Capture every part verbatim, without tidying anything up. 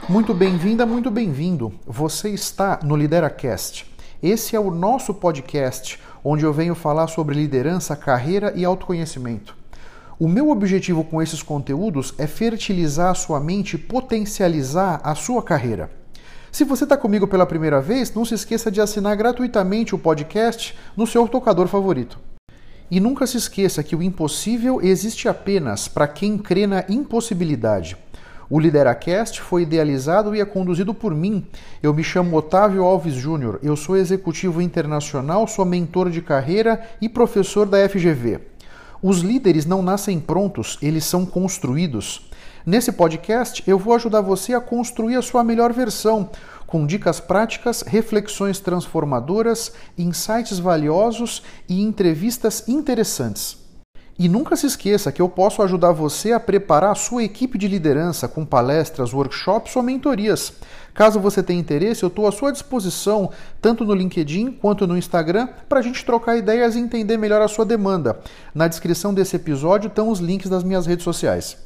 Muito bem-vinda, muito bem-vindo. Você está no LideraCast. Esse é o nosso podcast, onde eu venho falar sobre liderança, carreira e autoconhecimento. O meu objetivo com esses conteúdos é fertilizar a sua mente e potencializar a sua carreira. Se você está comigo pela primeira vez, não se esqueça de assinar gratuitamente o podcast no seu tocador favorito. E nunca se esqueça que o impossível existe apenas para quem crê na impossibilidade. O LideraCast foi idealizado e é conduzido por mim. Eu me chamo Otávio Alves Júnior, eu sou executivo internacional, sou mentor de carreira e professor da F G V. Os líderes não nascem prontos, eles são construídos. Nesse podcast, eu vou ajudar você a construir a sua melhor versão, com dicas práticas, reflexões transformadoras, insights valiosos e entrevistas interessantes. E nunca se esqueça que eu posso ajudar você a preparar a sua equipe de liderança com palestras, workshops ou mentorias. Caso você tenha interesse, eu estou à sua disposição, tanto no LinkedIn quanto no Instagram, para a gente trocar ideias e entender melhor a sua demanda. Na descrição desse episódio estão os links das minhas redes sociais.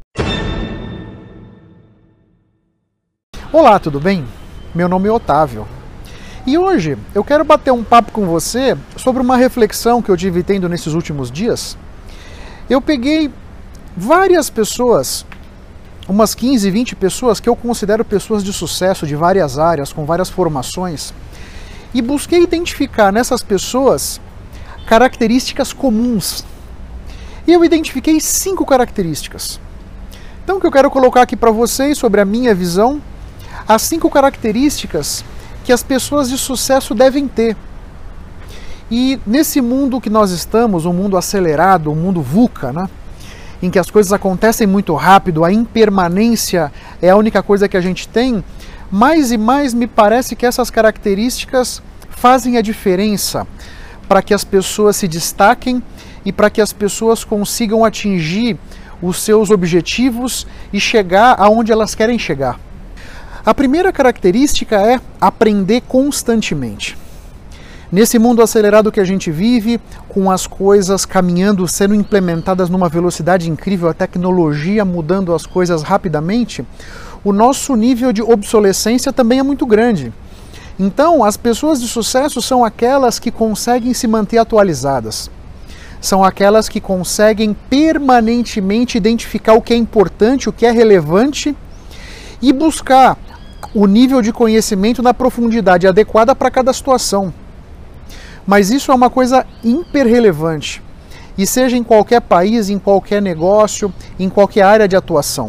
Olá, tudo bem? Meu nome é Otávio. E hoje eu quero bater um papo com você sobre uma reflexão que eu tive tendo nesses últimos dias. Eu peguei várias pessoas, umas quinze, vinte pessoas que eu considero pessoas de sucesso de várias áreas, com várias formações, e busquei identificar nessas pessoas características comuns. E eu identifiquei cinco características. Então, o que eu quero colocar aqui para vocês sobre a minha visão, as cinco características que as pessoas de sucesso devem ter. E nesse mundo que nós estamos, um mundo acelerado, um mundo VUCA, né, em que as coisas acontecem muito rápido, a impermanência é a única coisa que a gente tem, mais e mais me parece que essas características fazem a diferença para que as pessoas se destaquem e para que as pessoas consigam atingir os seus objetivos e chegar aonde elas querem chegar. A primeira característica é aprender constantemente. Nesse mundo acelerado que a gente vive, com as coisas caminhando, sendo implementadas numa velocidade incrível, a tecnologia mudando as coisas rapidamente, o nosso nível de obsolescência também é muito grande. Então, as pessoas de sucesso são aquelas que conseguem se manter atualizadas. São aquelas que conseguem permanentemente identificar o que é importante, o que é relevante e buscar o nível de conhecimento na profundidade adequada para cada situação. Mas isso é uma coisa hiperrelevante, e seja em qualquer país, em qualquer negócio, em qualquer área de atuação.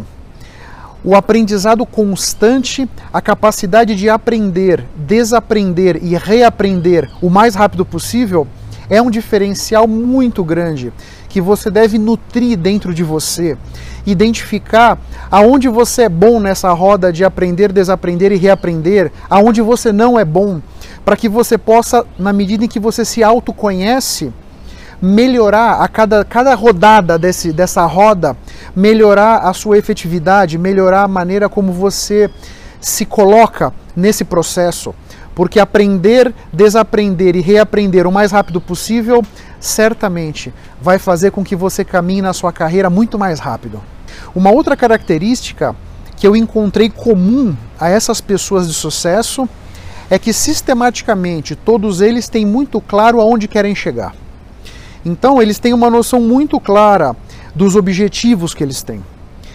O aprendizado constante, a capacidade de aprender, desaprender e reaprender o mais rápido possível é um diferencial muito grande que você deve nutrir dentro de você, identificar aonde você é bom nessa roda de aprender, desaprender e reaprender, aonde você não é bom, para que você possa, na medida em que você se autoconhece, melhorar a cada, cada rodada desse, dessa roda, melhorar a sua efetividade, melhorar a maneira como você se coloca nesse processo. Porque aprender, desaprender e reaprender o mais rápido possível, certamente vai fazer com que você caminhe na sua carreira muito mais rápido. Uma outra característica que eu encontrei comum a essas pessoas de sucesso é que sistematicamente todos eles têm muito claro aonde querem chegar. Então eles têm uma noção muito clara dos objetivos que eles têm.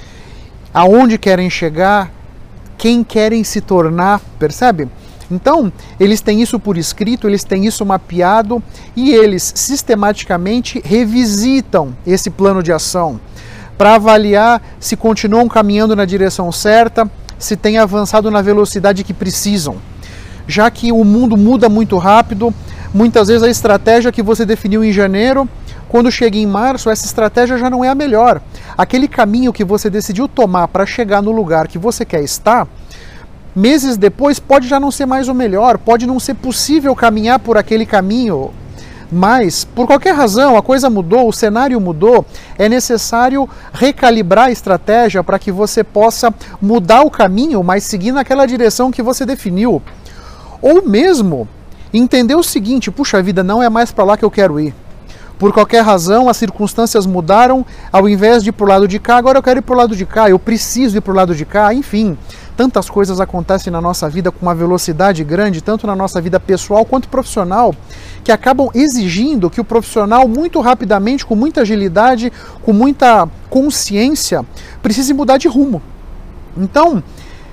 Aonde querem chegar, quem querem se tornar, percebe? Então, eles têm isso por escrito, eles têm isso mapeado e eles sistematicamente revisitam esse plano de ação para avaliar se continuam caminhando na direção certa, se têm avançado na velocidade que precisam. Já que o mundo muda muito rápido, muitas vezes a estratégia que você definiu em janeiro, quando chega em março, essa estratégia já não é a melhor. Aquele caminho que você decidiu tomar para chegar no lugar que você quer estar, meses depois pode já não ser mais o melhor, pode não ser possível caminhar por aquele caminho, mas por qualquer razão a coisa mudou, o cenário mudou, é necessário recalibrar a estratégia para que você possa mudar o caminho, mas seguir naquela direção que você definiu. Ou mesmo entender o seguinte, puxa vida, não é mais para lá que eu quero ir. Por qualquer razão, as circunstâncias mudaram, ao invés de ir para o lado de cá, agora eu quero ir para o lado de cá, eu preciso ir para o lado de cá, enfim. tantas coisas acontecem na nossa vida com uma velocidade grande, tanto na nossa vida pessoal quanto profissional, que acabam exigindo que o profissional, muito rapidamente, com muita agilidade, com muita consciência, precise mudar de rumo. Então,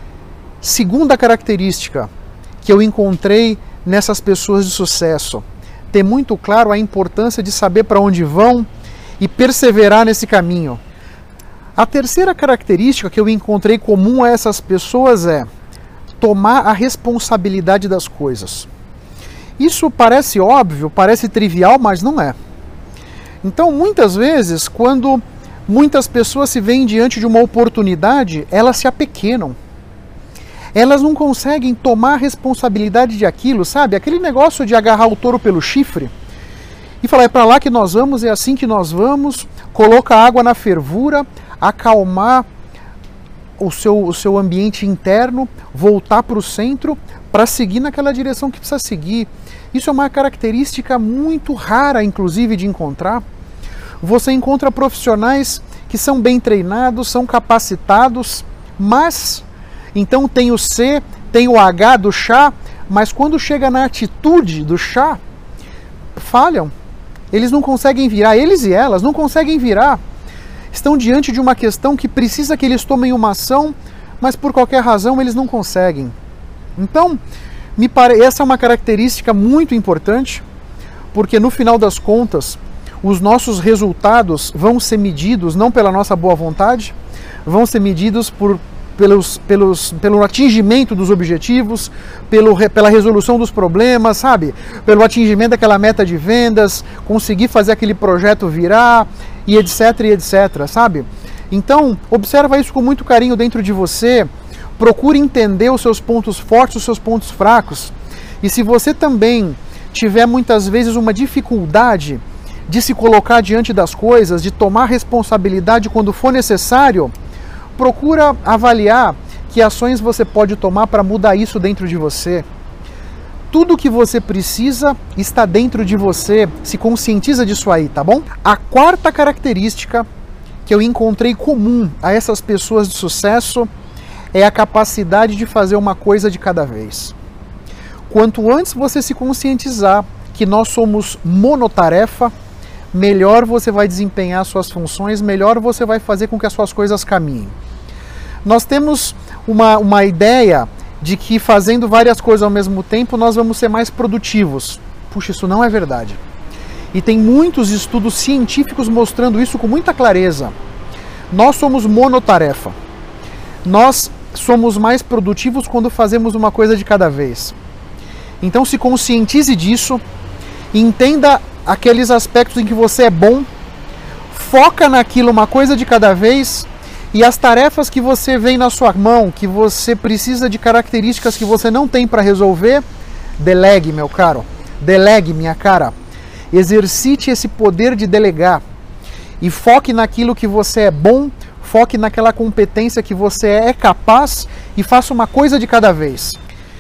segunda característica que eu encontrei nessas pessoas de sucesso, ter muito claro a importância de saber para onde vão e perseverar nesse caminho. A terceira característica que eu encontrei comum a essas pessoas é tomar a responsabilidade das coisas. Isso parece óbvio, parece trivial, mas não é. Então, muitas vezes, quando muitas pessoas se veem diante de uma oportunidade, elas se apequenam. Elas não conseguem tomar a responsabilidade de aquilo, sabe? Aquele negócio de agarrar o touro pelo chifre e falar, é para lá que nós vamos, é assim que nós vamos, coloca água na fervura, acalmar o seu, o seu ambiente interno, voltar para o centro para seguir naquela direção que precisa seguir. Isso é uma característica muito rara, inclusive, de encontrar. Você encontra profissionais que são bem treinados, são capacitados, mas então tem o C, tem o H do chá, mas quando chega na atitude do chá, falham. Eles não conseguem virar, eles e elas não conseguem virar. Estão diante de uma questão que precisa que eles tomem uma ação, mas por qualquer razão eles não conseguem. Então, me pare... essa é uma característica muito importante, porque no final das contas, os nossos resultados vão ser medidos não pela nossa boa vontade, vão ser medidos por, pelos, pelos, pelo atingimento dos objetivos, pelo, pela resolução dos problemas, sabe? Pelo atingimento daquela meta de vendas, conseguir fazer aquele projeto virar, e etc, e etc, sabe? Então, observa isso com muito carinho dentro de você, procure entender os seus pontos fortes, os seus pontos fracos, e se você também tiver muitas vezes uma dificuldade de se colocar diante das coisas, de tomar responsabilidade quando for necessário, procura avaliar que ações você pode tomar para mudar isso dentro de você. Tudo que você precisa está dentro de você, se conscientiza disso aí, tá bom? A quarta característica que eu encontrei comum a essas pessoas de sucesso é a capacidade de fazer uma coisa de cada vez. Quanto antes você se conscientizar que nós somos monotarefa, melhor você vai desempenhar suas funções, melhor você vai fazer com que as suas coisas caminhem. Nós temos uma, uma ideia de que fazendo várias coisas ao mesmo tempo nós vamos ser mais produtivos. Puxa, isso não é verdade. E tem muitos estudos científicos mostrando isso com muita clareza. Nós somos monotarefa. Nós somos mais produtivos quando fazemos uma coisa de cada vez. Então se conscientize disso, entenda aqueles aspectos em que você é bom, foca naquilo uma coisa de cada vez. E as tarefas que você vê na sua mão, que você precisa de características que você não tem para resolver, delegue, meu caro. Delegue, minha cara. Exercite esse poder de delegar. E foque naquilo que você é bom, foque naquela competência que você é capaz e faça uma coisa de cada vez.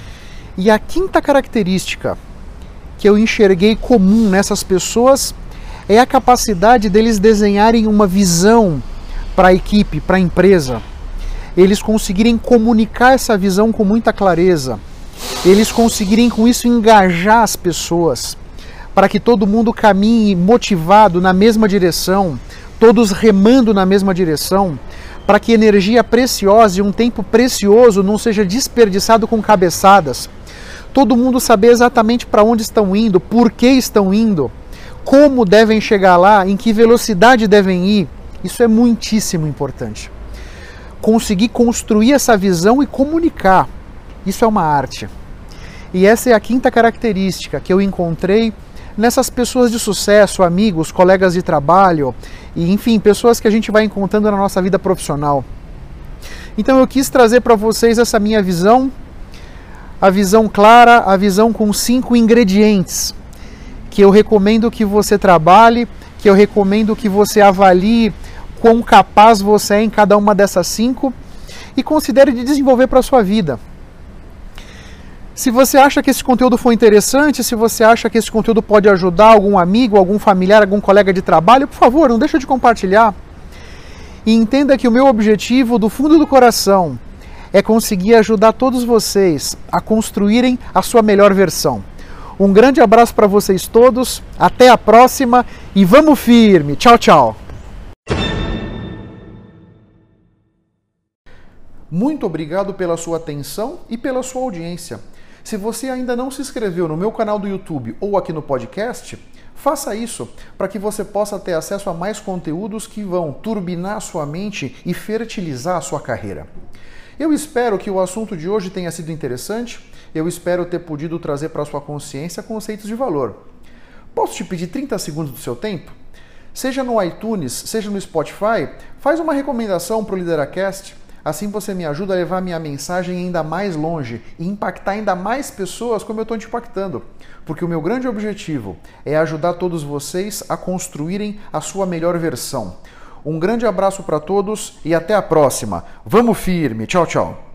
E a quinta característica que eu enxerguei comum nessas pessoas é a capacidade deles desenharem uma visão para a equipe, para a empresa, eles conseguirem comunicar essa visão com muita clareza, eles conseguirem com isso engajar as pessoas, para que todo mundo caminhe motivado na mesma direção, todos remando na mesma direção, para que energia preciosa e um tempo precioso não seja desperdiçado com cabeçadas, todo mundo saber exatamente para onde estão indo, por que estão indo, como devem chegar lá, em que velocidade devem ir. Isso é muitíssimo importante. Conseguir construir essa visão e comunicar, isso é uma arte. E essa é a quinta característica que eu encontrei nessas pessoas de sucesso, amigos, colegas de trabalho, e enfim, pessoas que a gente vai encontrando na nossa vida profissional. Então eu quis trazer para vocês essa minha visão, a visão clara, a visão com cinco ingredientes, que eu recomendo que você trabalhe, que eu recomendo que você avalie quão capaz você é em cada uma dessas cinco e considere de desenvolver para a sua vida. Se você acha que esse conteúdo foi interessante, se você acha que esse conteúdo pode ajudar algum amigo, algum familiar, algum colega de trabalho, por favor, não deixa de compartilhar. E entenda que o meu objetivo, do fundo do coração, é conseguir ajudar todos vocês a construírem a sua melhor versão. Um grande abraço para vocês todos, até a próxima e vamos firme! Tchau, tchau! Muito obrigado pela sua atenção e pela sua audiência. Se você ainda não se inscreveu no meu canal do YouTube ou aqui no podcast, faça isso para que você possa ter acesso a mais conteúdos que vão turbinar a sua mente e fertilizar a sua carreira. Eu espero que o assunto de hoje tenha sido interessante, eu espero ter podido trazer para a sua consciência conceitos de valor. Posso te pedir trinta segundos do seu tempo? Seja no iTunes, seja no Spotify, faz uma recomendação para o Lideracast. Assim você me ajuda a levar minha mensagem ainda mais longe e impactar ainda mais pessoas como eu estou te impactando. Porque o meu grande objetivo é ajudar todos vocês a construírem a sua melhor versão. Um grande abraço para todos e até a próxima. Vamos firme. Tchau, tchau.